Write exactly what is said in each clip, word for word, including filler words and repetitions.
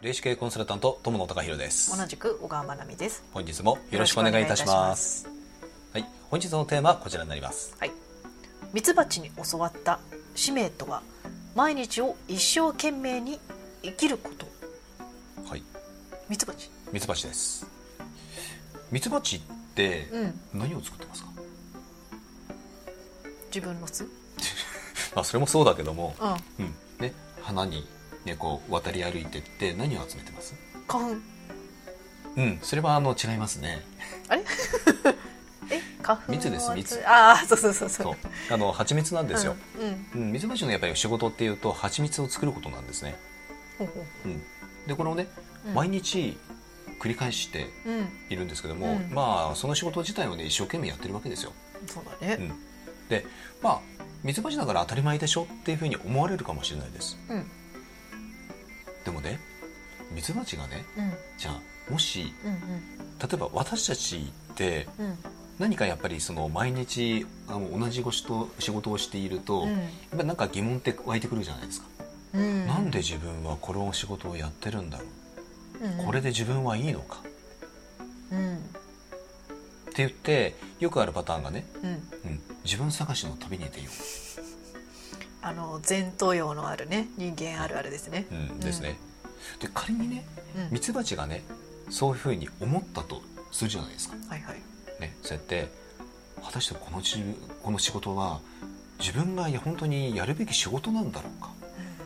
霊視系コンサルタント友野隆弘です。 同じく小川真奈美です。 本日もよろしくお願いいたします。はい、本日のテーマはこちらになります。 はい、ミツバチに教わった使命とは、毎日を一生懸命に生きること。 はい、 ミツバチミツバチです。ミツバチって何を作ってますか？ うん、自分の巣まあそれもそうだけども、 うんうんね、花に、ね、こう渡り歩いてって何を集めてます？ 花粉。 うん、それはあの違いますね。 あれえ、花粉。 蜜です、蜜。 ああ、そうそうそうそう。 そう、あの蜂蜜なんですよ。 うん、うん、 ミツバチのやっぱり仕事っていうと蜂蜜を作ることなんですね。 ほうほう。 うん、でこれをね、うん、毎日繰り返しているんですけども、うん、まあその仕事自体をね一生懸命やってるわけですよ。 そうだね。 うん、でまあミツバチだから当たり前でしょっていうふうに思われるかもしれないです。うん、でもね、ミツバチがね、うん、じゃあもし、うんうん、例えば私たちって、うん、何かやっぱりその毎日あの同じ仕事をしていると、うん、やっぱりなんか疑問って湧いてくるじゃないですか。うん、なんで自分はこの仕事をやってるんだろう、うん、これで自分はいいのか、うん、って言ってよくあるパターンがね、うんうん、自分探しの旅に出よう。 あの前頭葉のあるね、人間あるあるですね。 うん、ですね。で仮にね、ミツバチがねそういうふうに思ったとするじゃないですか。 はいはい。 ね、そうやって果たしてこのちこの仕事は自分が本当にやるべき仕事なんだろうか。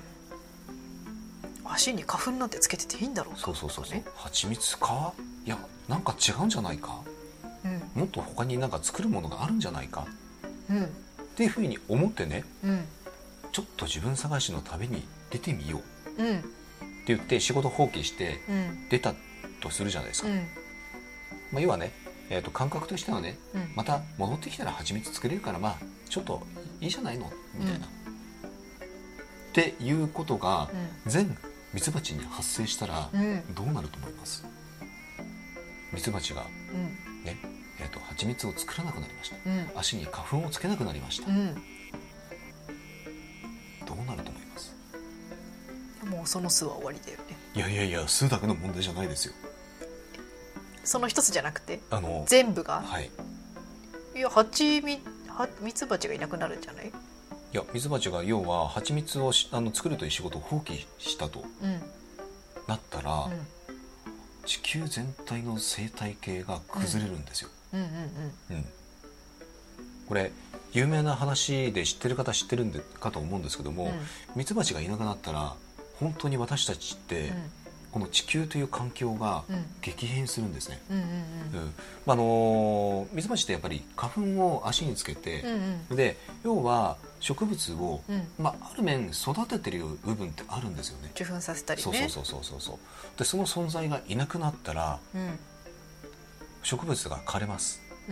うん、足に花粉なんてつけてていいんだろうか。 そうそうそうそう。蜂蜜か？いやなんか違うんじゃないか。うん、もっと他になんか作るものがあるんじゃないか。うん、っていうふうに思ってね。うん、ちょっと自分探しの旅に出てみよう、うん、って言って仕事放棄して出たとするじゃないですか。うん、まあ、要はね、えーと、感覚としてはね、うん、また戻ってきたら蜂蜜作れるからまあちょっといいじゃないのみたいな、うん、っていうことが全ミツバチに発生したらどうなると思います？ミツバチが、うんねえーと、蜂蜜を作らなくなりました、うん、足に花粉をつけなくなりました、うん、どうなると思います？ もうその巣は終わりだよね。 いやいやいや、巣だけの問題じゃないですよ。 その一つじゃなくてあの全部が、 はい、いや蜂蜜ミツバチがいなくなるんじゃない？いやミツバチが要は蜂蜜をあの作るという仕事を放棄したと、うん、なったら、うん、地球全体の生態系が崩れるんですよ。これ有名な話で知ってる方知ってるんでかと思うんですけども、ミツバチがいなくなったら本当に私たちって、うん、この地球という環境が激変するんですね。あのミツバチってやっぱり花粉を足につけて、うんうん、で要は植物を、うんまあ、ある面育ててる部分ってあるんですよね。 受粉させたりね。 そうそうそうそうそう。でその存在がいなくなったら、うん、植物が枯れます、うん、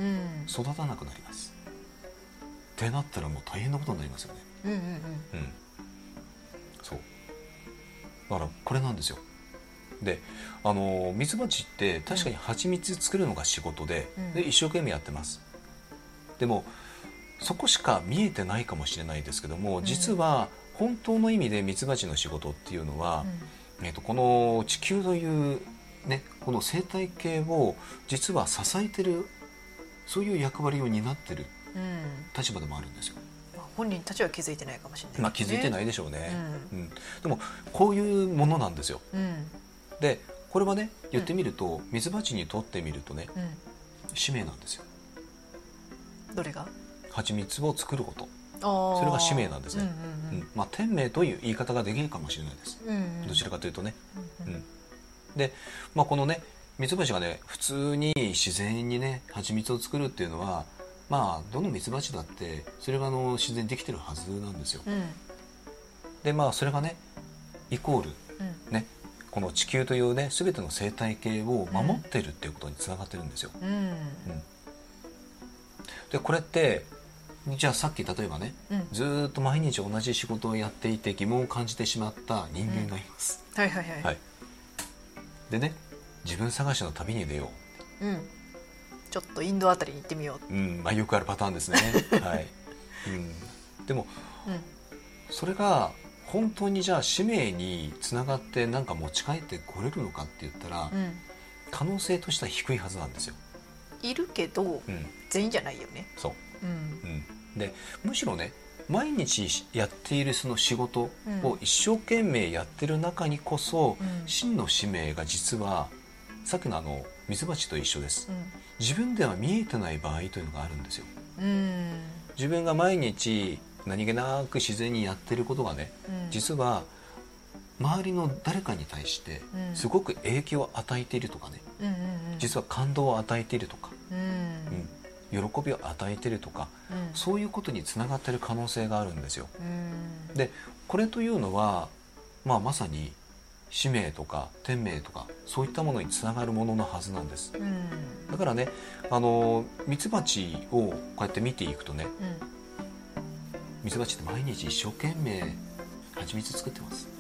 育たなくなりますってなったらもう大変なことになりますよね。うんうんうんうん、そうだからこれなんですよ。であのミツバチって確かに蜂蜜作るのが仕事で、うん、で一生懸命やってます。でもそこしか見えてないかもしれないですけども、実は本当の意味でミツバチの仕事っていうのは、うんえー、とこの地球という、ね、この生態系を実は支えてる、そういう役割を担ってる立場でもあるんですよ。 うん、本人たちは気づいてないかもしれない、ね、 まあ、気づいてないでしょうね。うんうん、でもこういうものなんですよ。うん、でこれはね言ってみると、うん、ミツバチにとってみるとね、うん、使命なんですよ。どれが？蜂蜜を作ること、それが使命なんですね。うんうんうんうん、まあ、天命という言い方ができるかもしれないです、うんうん、どちらかというとね、うんうん、で、まあ、このねミツバチがね普通に自然にね蜂蜜を作るっていうのは、まあどのミツバチだってそれがあの自然にできてるはずなんですよ。うん、でまあそれがねイコール、うん、ねこの地球というね全ての生態系を守ってるっていうことにつながってるんですよ。うんうん、でこれってじゃあさっき例えばね、うん、ずっと毎日同じ仕事をやっていて疑問を感じてしまった人間がいます。 うん、はいはいはい。はい、 でね自分探しの旅に出よう。うん、ちょっとインドあたりに行ってみよう。 うんまあ、よくあるパターンですね。はい、うん、でも、うん、それが本当にじゃあ使命につながって何か持ち帰ってこれるのかって言ったら、うん、可能性としては低いはずなんですよ。 いるけど、うん、全員じゃないよね。 そう、うんうん、でむしろね毎日やっているその仕事を一生懸命やってる中にこそ、うん、真の使命が実はさっきのあのミツバチと一緒です、うん、自分では見えてない場合というのがあるんですよ、うん、自分が毎日何気なく自然にやってることがね、うん、実は周りの誰かに対してすごく影響を与えているとかね、うんうんうん、実は感動を与えているとか、うんうん、喜びを与えているとか、うん、そういうことにつながっている可能性があるんですよ、うん、でこれというのは、まあ、まさに使命とか天命とかそういったものにつながるもののはずなんです、うん、だからねあのミツバチをこうやって見ていくとね、ミツバチって毎日一生懸命蜂蜜作ってます、うん、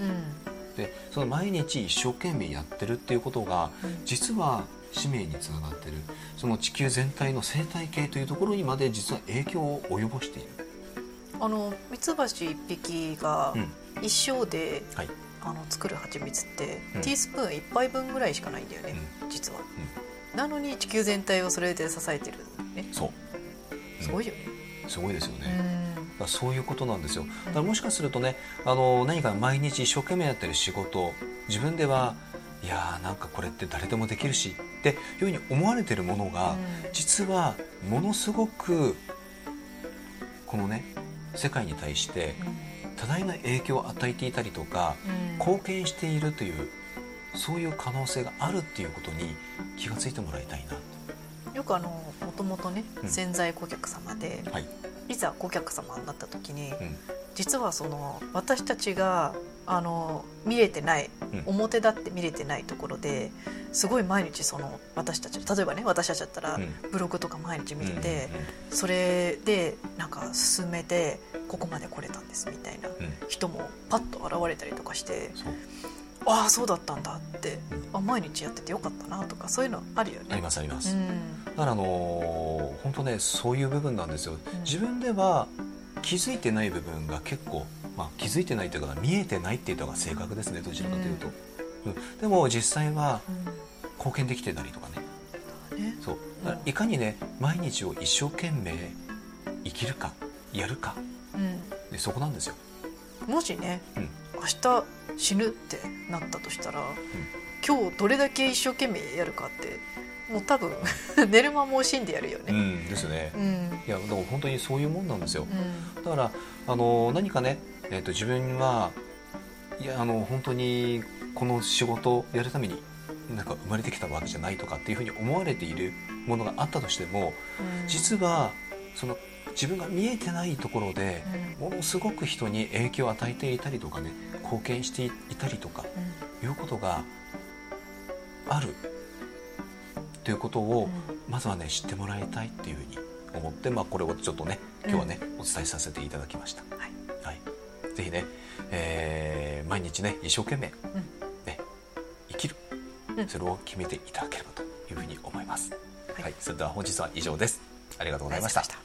でその毎日一生懸命やってるっていうことが、うん、実は使命につながってる、その地球全体の生態系というところにまで実は影響を及ぼしている。 あのミツバチいっぴきが一生で、うんはい、あの作る蜂蜜って、うん、ティースプーンいっぱいぶんぐらいしかないんだよね、うん、実は、うん、なのに地球全体をそれで支えてるね。 そう、 うん、すごいよね。 すごいですよね、うん、だからそういうことなんですよ。だからもしかするとね、あの何か毎日一生懸命やってる仕事、自分ではいやーなんかこれって誰でもできるしっていうふうに思われてるものが、うん、実はものすごくこのね世界に対して多大な影響を与えていたりとか、うん、貢献しているというそういう可能性があるっていうことに気がついてもらいたいなと。 よくあのもともとね、うん、潜在顧客様で、はい、いざ顧客様になった時に、うん、実はその私たちがあの見れてない、うん、表立って見れてないところですごい毎日その私たち例えばね私たちだったらブログとか毎日見てて、うん、それでなんか進めてここまで来れたんですみたいな人もパッと現れたりとかして、うん、ああそうだったんだって、あ毎日やっててよかったなとかそういうのあるよね。 ありますあります、うん、だからあのー、本当ねそういう部分なんですよ、うん、自分では気づいてない部分が結構、まあ、気づいてないというか見えてないっていうのが正確ですね、どちらかというと、うんうん、でも実際は貢献できてたりとかね、うん、そうだからいかにね毎日を一生懸命生きるかやるか、うん、でそこなんですよ。 もしね、うん、明日死ぬってなったとしたら、うん、今日どれだけ一生懸命やるかってもう多分寝る間も惜しんでやるよね、 うん、ですね、うん、いやでも本当にそういうもんなんですよ、うん、だからあの何かね、えーと、自分はいやあの本当にこの仕事をやるためになんか生まれてきたわけじゃないとかっていうふうに思われているものがあったとしても、うん、実はその自分が見えてないところで、うん、ものすごく人に影響を与えていたりとかね貢献していたりとか、うん、いうことがあるということを、うん、まずはね知ってもらいたいっていうふうに思って、まあ、これをちょっとね今日はね、うん、お伝えさせていただきました、はいはい、ぜひね、えー、毎日ね一生懸命、うんね、生きる、うん、それを決めていただければというふうに思います、はいはい、それでは本日は以上です。ありがとうございました。